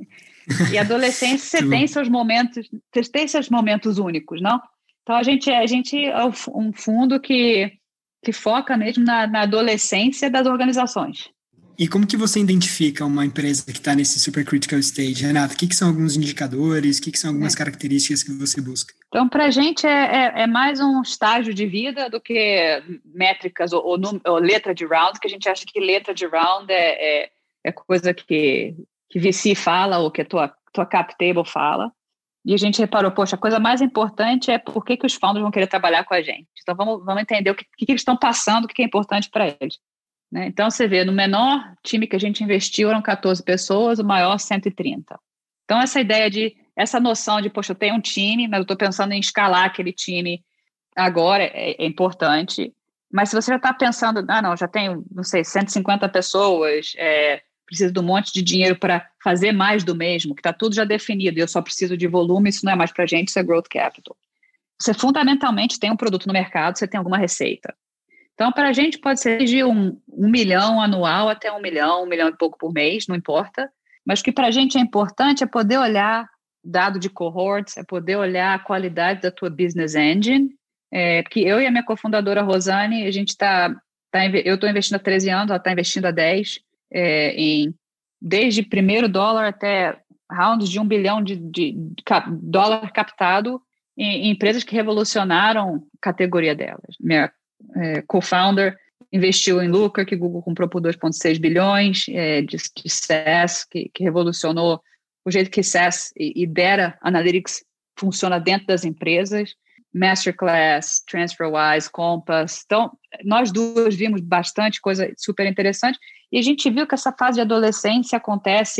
E adolescência, você tem seus momentos, você tem seus momentos únicos, não? Então, a gente, a gente é um fundo que, que foca mesmo na, na adolescência das organizações. E como que você identifica uma empresa que está nesse Supercritical Stage, Renata? O que, que são alguns indicadores? O que, que são algumas é. características que você busca? Então, para a gente é, é, é mais um estágio de vida do que métricas ou, ou, ou letra de round, que a gente acha que letra de round é, é, é coisa que, que V C fala ou que a tua, tua cap table fala. E a gente reparou, poxa, a coisa mais importante é por que, que os founders vão querer trabalhar com a gente. Então, vamos, vamos entender o que, que eles estão passando, o que é importante para eles. Né? Então, você vê, no menor time que a gente investiu eram catorze pessoas, o maior cento e trinta. Então, essa ideia de, essa noção de, poxa, eu tenho um time, mas eu estou pensando em escalar aquele time agora é, é importante. Mas se você já está pensando, ah, não, já tenho, não sei, cento e cinquenta pessoas, é, preciso de um monte de dinheiro para fazer mais do mesmo, que está tudo já definido, e eu só preciso de volume, isso não é mais para a gente, isso é growth capital. Você fundamentalmente tem um produto no mercado, você tem alguma receita. Então, para a gente pode ser de um, um milhão anual até um milhão, um milhão e pouco por mês, não importa. Mas o que para a gente é importante é poder olhar dado de cohorts, é poder olhar a qualidade da tua business engine. É, porque eu e a minha cofundadora Rosane, a gente está, tá, eu estou investindo há treze anos, ela está investindo há dez, é, em, desde primeiro dólar até rounds de um bilhão de, de, de cap, dólar captado em, em empresas que revolucionaram a categoria delas. Minha É, co-founder investiu em Looker, que Google comprou por dois vírgula seis bilhões, é, de, de SaaS, que, que revolucionou o jeito que SaaS e, e Data Analytics funciona dentro das empresas. Masterclass, TransferWise, Compass. Então, nós duas vimos bastante coisa super interessante e a gente viu que essa fase de adolescência acontece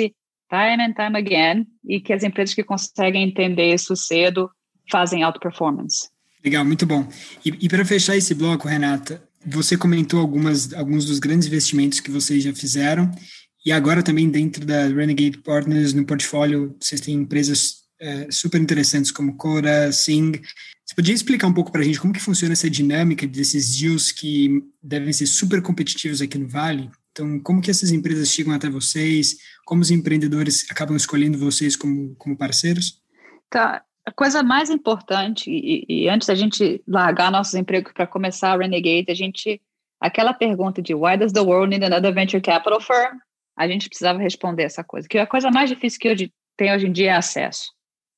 time and time again, e que as empresas que conseguem entender isso cedo fazem outperformance. Legal, muito bom. E, e para fechar esse bloco, Renata, você comentou algumas, alguns dos grandes investimentos que vocês já fizeram, e agora também dentro da Renegade Partners, no portfólio, vocês têm empresas é, super interessantes como Cora, Sing. Você podia explicar um pouco para a gente como que funciona essa dinâmica desses deals que devem ser super competitivos aqui no Vale? Então, como que essas empresas chegam até vocês? Como os empreendedores acabam escolhendo vocês como, como parceiros? Tá. A coisa mais importante, e, e antes da gente largar nossos empregos para começar a Renegade, a gente, aquela pergunta de why does the world need another venture capital firm? A gente precisava responder essa coisa. Que a coisa mais difícil que eu tenho hoje em dia é acesso.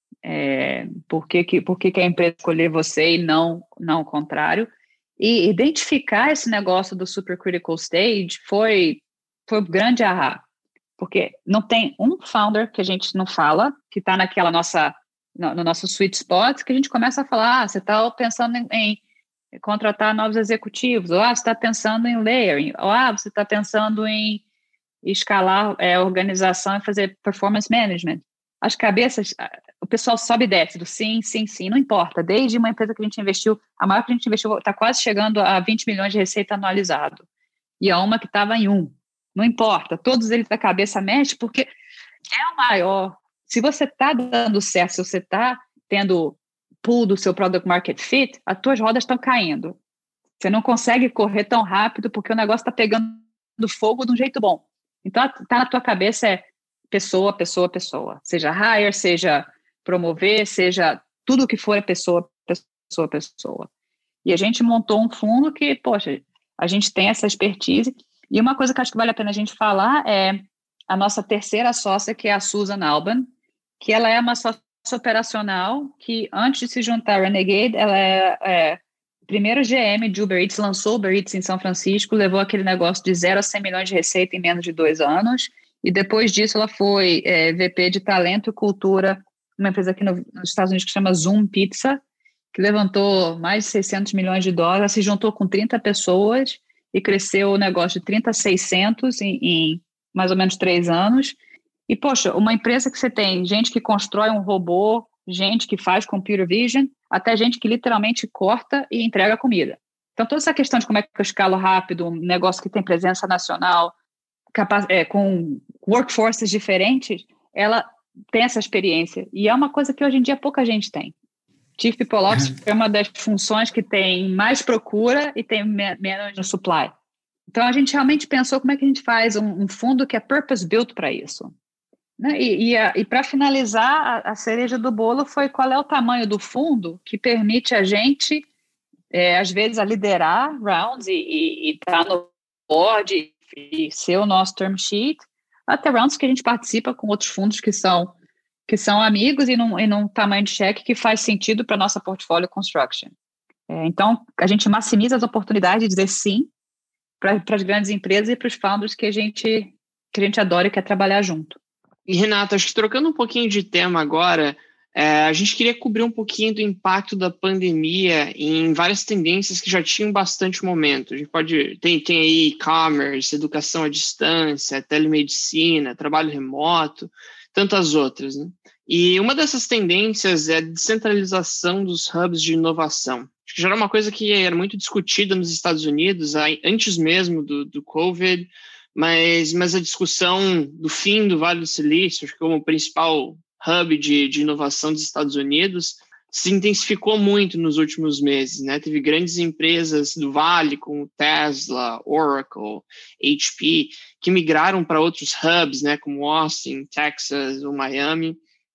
É, por que, que, por que, que a empresa escolher você e não, não o contrário? E identificar esse negócio do supercritical stage foi, foi um grande ahá. Porque não tem um founder que a gente não fala, que está naquela nossa... No, no nosso sweet spot, que a gente começa a falar, ah, você está pensando em, em contratar novos executivos, ou ah, você está pensando em layering, ou ah, você está pensando em escalar é, a organização e fazer performance management. As cabeças, o pessoal sobe e desce do sim, sim, sim, não importa. Desde uma empresa que a gente investiu, a maior que a gente investiu está quase chegando a vinte milhões de receita anualizado, e a uma que estava em um. Não importa, todos eles da cabeça mexe, porque é o maior. Se você está dando certo, se você está tendo pull do seu product market fit, as tuas rodas estão caindo. Você não consegue correr tão rápido porque o negócio está pegando fogo de um jeito bom. Então, está na tua cabeça é pessoa, pessoa, pessoa. Seja hire, seja promover, seja tudo o que for é pessoa, pessoa, pessoa. E a gente montou um fundo que, poxa, a gente tem essa expertise. E uma coisa que acho que vale a pena a gente falar é a nossa terceira sócia, que é a Susan Alban, que ela é uma sócia operacional que, antes de se juntar à Renegade, ela é, é primeiro G M de Uber Eats, lançou Uber Eats em São Francisco, levou aquele negócio de zero a cem milhões de receita em menos de dois anos, e depois disso ela foi é, V P de Talento e Cultura, uma empresa aqui no, nos Estados Unidos que chama Zoom Pizza, que levantou mais de seiscentos milhões de dólares, se juntou com trinta pessoas e cresceu o negócio de trinta a seiscentos em, em mais ou menos três anos. E, poxa, uma empresa que você tem gente que constrói um robô, gente que faz computer vision, até gente que literalmente corta e entrega comida. Então, toda essa questão de como é que eu escalo rápido, um negócio que tem presença nacional, capaz, é, com workforces diferentes, ela tem essa experiência. E é uma coisa que hoje em dia pouca gente tem. Chief People Officer é uma das funções que tem mais procura e tem me- menos no supply. Então, a gente realmente pensou como é que a gente faz um, um fundo que é purpose-built para isso. Né? E, e, e para finalizar, a, a cereja do bolo foi qual é o tamanho do fundo que permite a gente, é, às vezes, a liderar rounds e estar tá no board e, e ser o nosso term sheet, até rounds que a gente participa com outros fundos que são, que são amigos e num, e num tamanho de cheque que faz sentido para a nossa portfolio construction. É, então, a gente maximiza as oportunidades de dizer sim para as grandes empresas e para os founders que a gente, que a gente adora e quer trabalhar junto. E, Renata, acho que trocando um pouquinho de tema agora, é, a gente queria cobrir um pouquinho do impacto da pandemia em várias tendências que já tinham bastante momento. A gente pode, tem, tem aí e-commerce, educação à distância, telemedicina, trabalho remoto, tantas outras, né? E uma dessas tendências é a descentralização dos hubs de inovação. Acho que já era uma coisa que era muito discutida nos Estados Unidos, antes mesmo do, do COVID, Mas, mas a discussão do fim do Vale do Silício, acho que como o principal hub de, de inovação dos Estados Unidos, se intensificou muito nos últimos meses, né? Teve grandes empresas do Vale, como Tesla, Oracle, H P, que migraram para outros hubs, né? Como Austin, Texas ou Miami.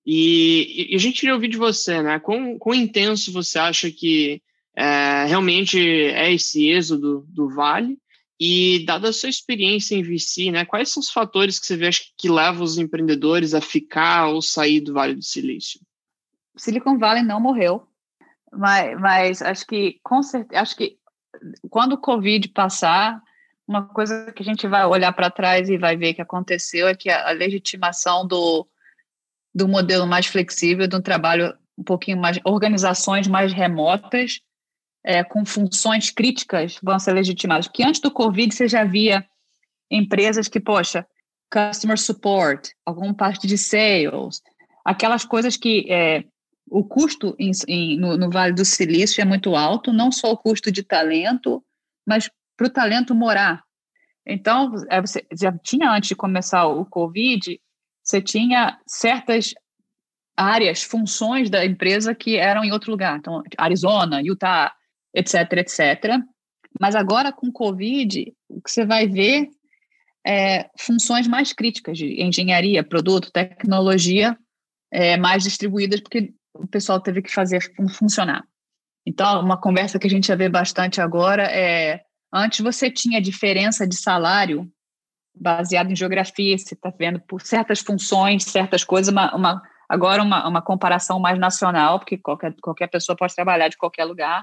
E, e a gente queria ouvir de você, né? Quão, quão intenso você acha que é, realmente é esse êxodo do Vale? E, dada a sua experiência em V C, né, quais são os fatores que você vê que levam os empreendedores a ficar ou sair do Vale do Silício? Silicon Valley não morreu, mas, mas acho que, com certeza, acho que quando o Covid passar, uma coisa que a gente vai olhar para trás e vai ver que aconteceu é que a, a legitimação do, do modelo mais flexível, de um trabalho um pouquinho mais, organizações mais remotas, É, com funções críticas vão ser legitimadas. Porque antes do Covid você já via empresas que, poxa, customer support, alguma parte de sales, aquelas coisas que é, o custo em, em, no, no Vale do Silício é muito alto, não só o custo de talento, mas para o talento morar. Então, é, você já tinha, antes de começar o Covid, você tinha certas áreas, funções da empresa que eram em outro lugar. Então, Arizona, Utah, etc, etcétera. Mas agora, com o Covid, o que você vai ver é funções mais críticas de engenharia, produto, tecnologia, é, mais distribuídas, porque o pessoal teve que fazer fun- funcionar. Então, uma conversa que a gente já vê bastante agora é, antes você tinha diferença de salário baseado em geografia, você está vendo por certas funções, certas coisas, uma, uma, agora uma, uma comparação mais nacional, porque qualquer, qualquer pessoa pode trabalhar de qualquer lugar,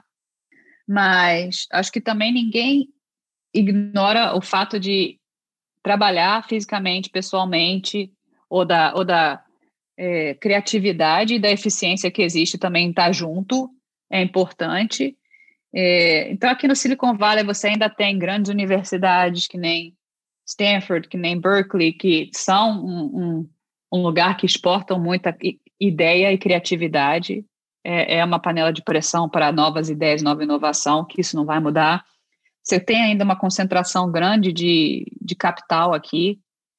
mas acho que também ninguém ignora o fato de trabalhar fisicamente, pessoalmente, ou da, ou da é, criatividade e da eficiência que existe também estar junto, é importante. É, então, aqui no Silicon Valley, você ainda tem grandes universidades que nem Stanford, que nem Berkeley, que são um, um, um lugar que exportam muita ideia e criatividade. É, é uma panela de pressão para novas ideias, nova inovação, que isso não vai mudar. Você tem ainda uma concentração grande de, de capital aqui,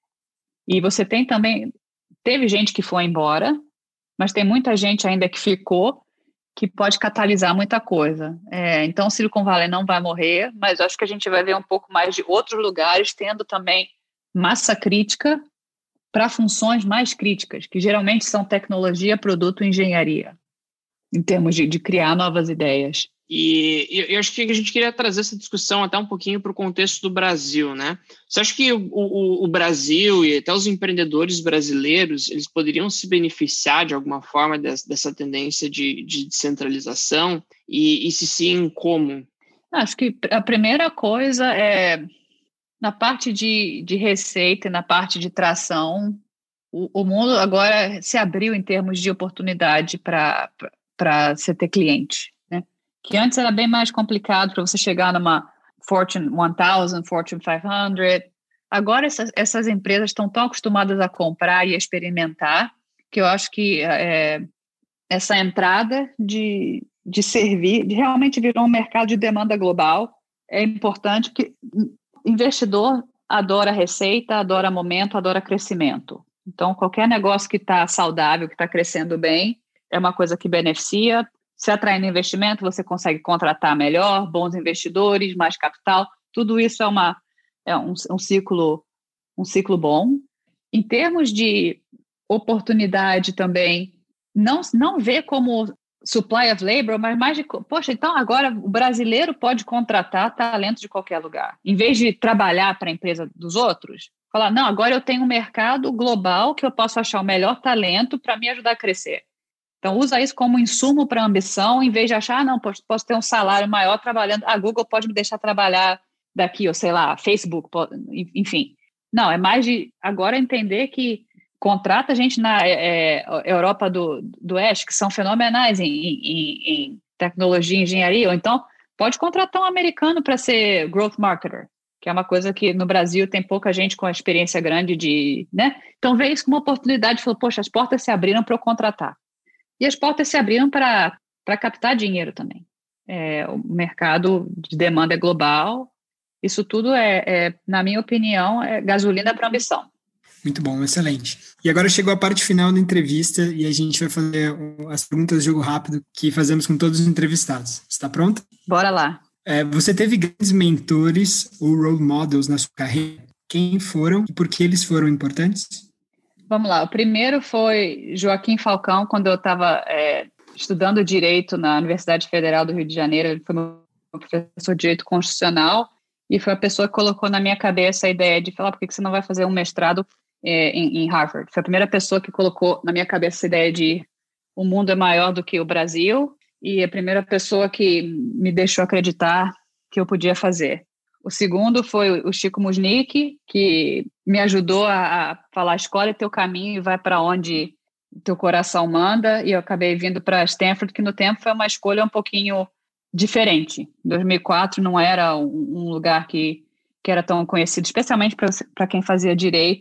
e você tem também, teve gente que foi embora, mas tem muita gente ainda que ficou, que pode catalisar muita coisa. É, então, o Silicon Valley não vai morrer, mas acho que a gente vai ver um pouco mais de outros lugares tendo também massa crítica para funções mais críticas, que geralmente são tecnologia, produto e engenharia, em termos de, de criar novas ideias. E eu acho que a gente queria trazer essa discussão até um pouquinho para o contexto do Brasil, né? Você acha que o, o, o Brasil e até os empreendedores brasileiros, eles poderiam se beneficiar de alguma forma dessa, dessa tendência de, de descentralização? E, e se sim, como? Acho que a primeira coisa é, na parte de, de receita e na parte de tração, o, o mundo agora se abriu em termos de oportunidade para para você ter cliente, né? Que antes era bem mais complicado para você chegar numa Fortune mil, Fortune quinhentos. Agora essas, essas empresas estão tão acostumadas a comprar e a experimentar que eu acho que é, essa entrada de, de servir, de realmente virou um mercado de demanda global. É importante que investidor adora receita, adora momento, adora crescimento. Então, qualquer negócio que está saudável, que está crescendo bem, é uma coisa que beneficia. Se atraindo investimento, você consegue contratar melhor, bons investidores, mais capital. Tudo isso é, uma, é um, um, ciclo, um ciclo bom. Em termos de oportunidade também, não, não vê como supply of labor, mas mais de, poxa, então agora o brasileiro pode contratar talento de qualquer lugar. Em vez de trabalhar para a empresa dos outros, falar, não, agora eu tenho um mercado global que eu posso achar o melhor talento para me ajudar a crescer. Então, usa isso como insumo para a ambição, em vez de achar, ah, não, posso, posso ter um salário maior trabalhando, a Google pode me deixar trabalhar daqui, ou sei lá, Facebook, pode, enfim. Não, é mais de agora entender que contrata gente na é, Europa do, do Oeste, que são fenomenais em, em, em tecnologia e engenharia, ou então pode contratar um americano para ser growth marketer, que é uma coisa que no Brasil tem pouca gente com a experiência grande de, né? Então, vê isso como uma oportunidade, falou, poxa, as portas se abriram para eu contratar. E as portas se abriram para captar dinheiro também. É, o mercado de demanda é global. Isso tudo é, é, na minha opinião, é gasolina para ambição. Muito bom, excelente. E agora chegou a parte final da entrevista e a gente vai fazer as perguntas de jogo rápido que fazemos com todos os entrevistados. Está pronto? Bora lá. É, você teve grandes mentores ou role models na sua carreira? Quem foram e por que eles foram importantes? Vamos lá, o primeiro foi Joaquim Falcão, quando eu estava é, estudando Direito na Universidade Federal do Rio de Janeiro. Ele foi meu professor de Direito Constitucional e foi a pessoa que colocou na minha cabeça a ideia de falar, por que você não vai fazer um mestrado é, em, em Harvard? Foi a primeira pessoa que colocou na minha cabeça a ideia de o mundo é maior do que o Brasil e a primeira pessoa que me deixou acreditar que eu podia fazer. O segundo foi o Chico Musnick, que me ajudou a, a falar, escolhe teu caminho e vai para onde teu coração manda, e eu acabei vindo para Stanford, que no tempo foi uma escolha um pouquinho diferente. Em dois mil e quatro não era um, um lugar que, que era tão conhecido, especialmente para quem fazia direito,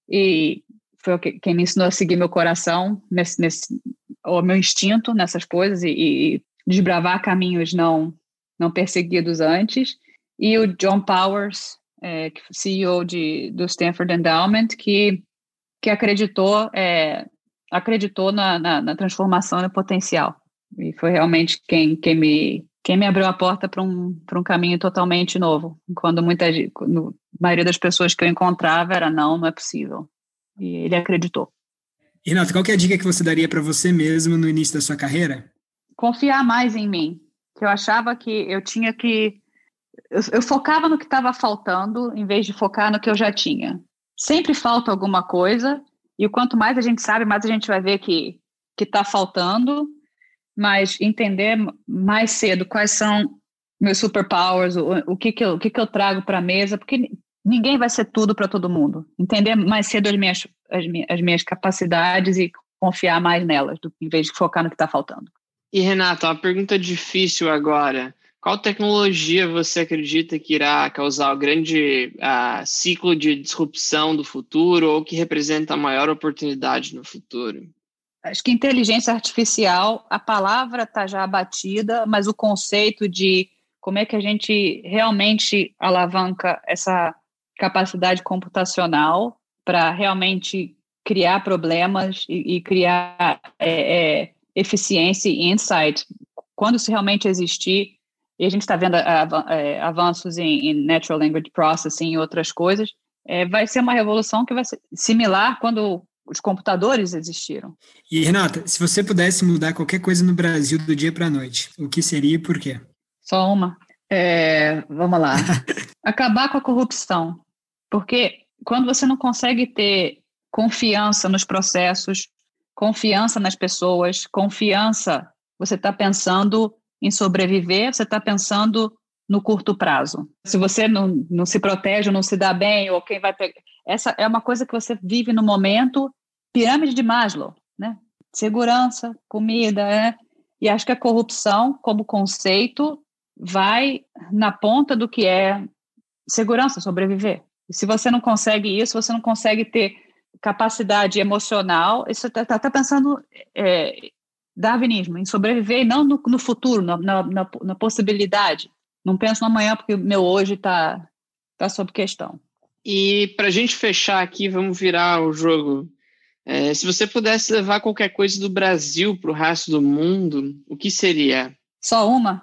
e foi o que, quem me ensinou a seguir meu coração, nesse, nesse, o meu instinto nessas coisas e, e desbravar caminhos não, não perseguidos antes. E o John Powers, é, C E O de, do Stanford Endowment, que, que acreditou, é, acreditou na, na, na transformação e no potencial. E foi realmente quem, quem, me, quem me abriu a porta para um, para um caminho totalmente novo. Quando muita quando a maioria das pessoas que eu encontrava era não, não é possível. E ele acreditou. Renata, qual que é a dica que você daria para você mesmo no início da sua carreira? Confiar mais em mim. Que eu achava que eu tinha que... Eu, eu focava no que estava faltando em vez de focar no que eu já tinha. Sempre falta alguma coisa e o quanto mais a gente sabe, mais a gente vai ver que que está faltando, mas entender mais cedo quais são meus superpowers, o, o, que, que, eu, o que, que eu trago para a mesa, porque ninguém vai ser tudo para todo mundo. Entender mais cedo as minhas, as, minhas, as minhas capacidades e confiar mais nelas, do, em vez de focar no que está faltando. E, Renata, uma pergunta difícil agora. Qual tecnologia você acredita que irá causar o grande uh, ciclo de disrupção do futuro ou que representa a maior oportunidade no futuro? Acho que inteligência artificial, a palavra está já abatida, mas o conceito de como é que a gente realmente alavanca essa capacidade computacional para realmente criar problemas e, e criar é, é, eficiência e insight. Quando isso realmente existir, e a gente está vendo avanços em, em natural language processing e outras coisas, é, vai ser uma revolução que vai ser similar quando os computadores existiram. E, Renata, se você pudesse mudar qualquer coisa no Brasil do dia para a noite, o que seria e por quê? Só uma. É, vamos lá. Acabar com a corrupção. Porque quando você não consegue ter confiança nos processos, confiança nas pessoas, confiança, você está pensando em sobreviver, você está pensando no curto prazo. Se você não, não se protege, ou não se dá bem, ou quem vai pegar... Essa é uma coisa que você vive no momento, pirâmide de Maslow, né? Segurança, comida, né? E acho que a corrupção, como conceito, vai na ponta do que é segurança, sobreviver. E se você não consegue isso, você não consegue ter capacidade emocional, você está tá pensando é, darwinismo, em sobreviver e não no, no futuro, na, na, na possibilidade. Não penso no amanhã porque o meu hoje está tá sob questão. E para a gente fechar aqui, vamos virar o jogo. É, se você pudesse levar qualquer coisa do Brasil para o resto do mundo, o que seria? Só uma?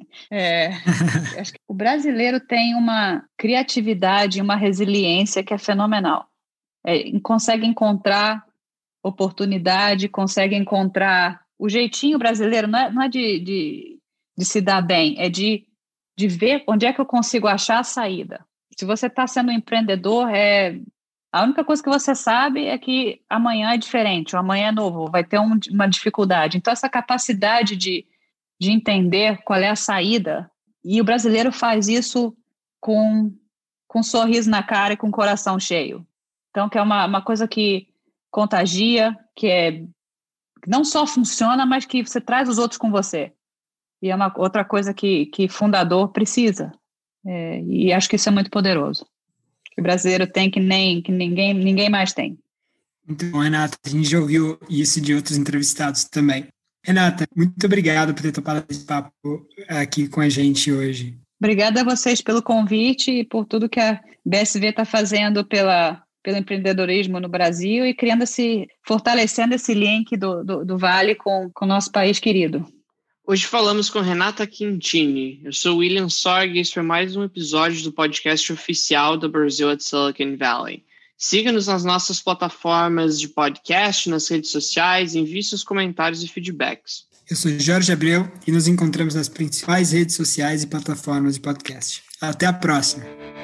É, acho que o brasileiro tem uma criatividade e uma resiliência que é fenomenal. É, consegue encontrar oportunidade, consegue encontrar... O jeitinho brasileiro não é, não é de, de, de se dar bem, é de, de ver onde é que eu consigo achar a saída. Se você está sendo um empreendedor, é, a única coisa que você sabe é que amanhã é diferente, ou amanhã é novo, vai ter um, uma dificuldade. Então, essa capacidade de, de entender qual é a saída, e o brasileiro faz isso com, com um sorriso na cara e com o coração cheio. Então, que é uma, uma coisa que contagia, que é, não só funciona, mas que você traz os outros com você. E é uma outra coisa que, que fundador precisa. É, e acho que isso é muito poderoso. Que o brasileiro tem que, nem, que ninguém, ninguém mais tem. Muito bom, Renata. A gente já ouviu isso de outros entrevistados também. Renata, muito obrigado por ter topado esse papo aqui com a gente hoje. Obrigada a vocês pelo convite e por tudo que a B S V está fazendo pela, pelo empreendedorismo no Brasil e criando esse, fortalecendo esse link do, do, do Vale com, com o nosso país querido. Hoje falamos com Renata Quintini. Eu sou William Sorg e esse foi mais um episódio do podcast oficial do Brasil at Silicon Valley. Siga-nos nas nossas plataformas de podcast, nas redes sociais e envie seus comentários e feedbacks. Eu sou Jorge Abreu e nos encontramos nas principais redes sociais e plataformas de podcast. Até a próxima!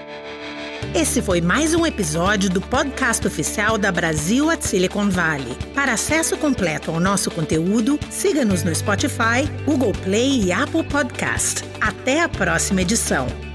Esse foi mais um episódio do podcast oficial da Brasil at Silicon Valley. Para acesso completo ao nosso conteúdo, siga-nos no Spotify, Google Play e Apple Podcast. Até a próxima edição!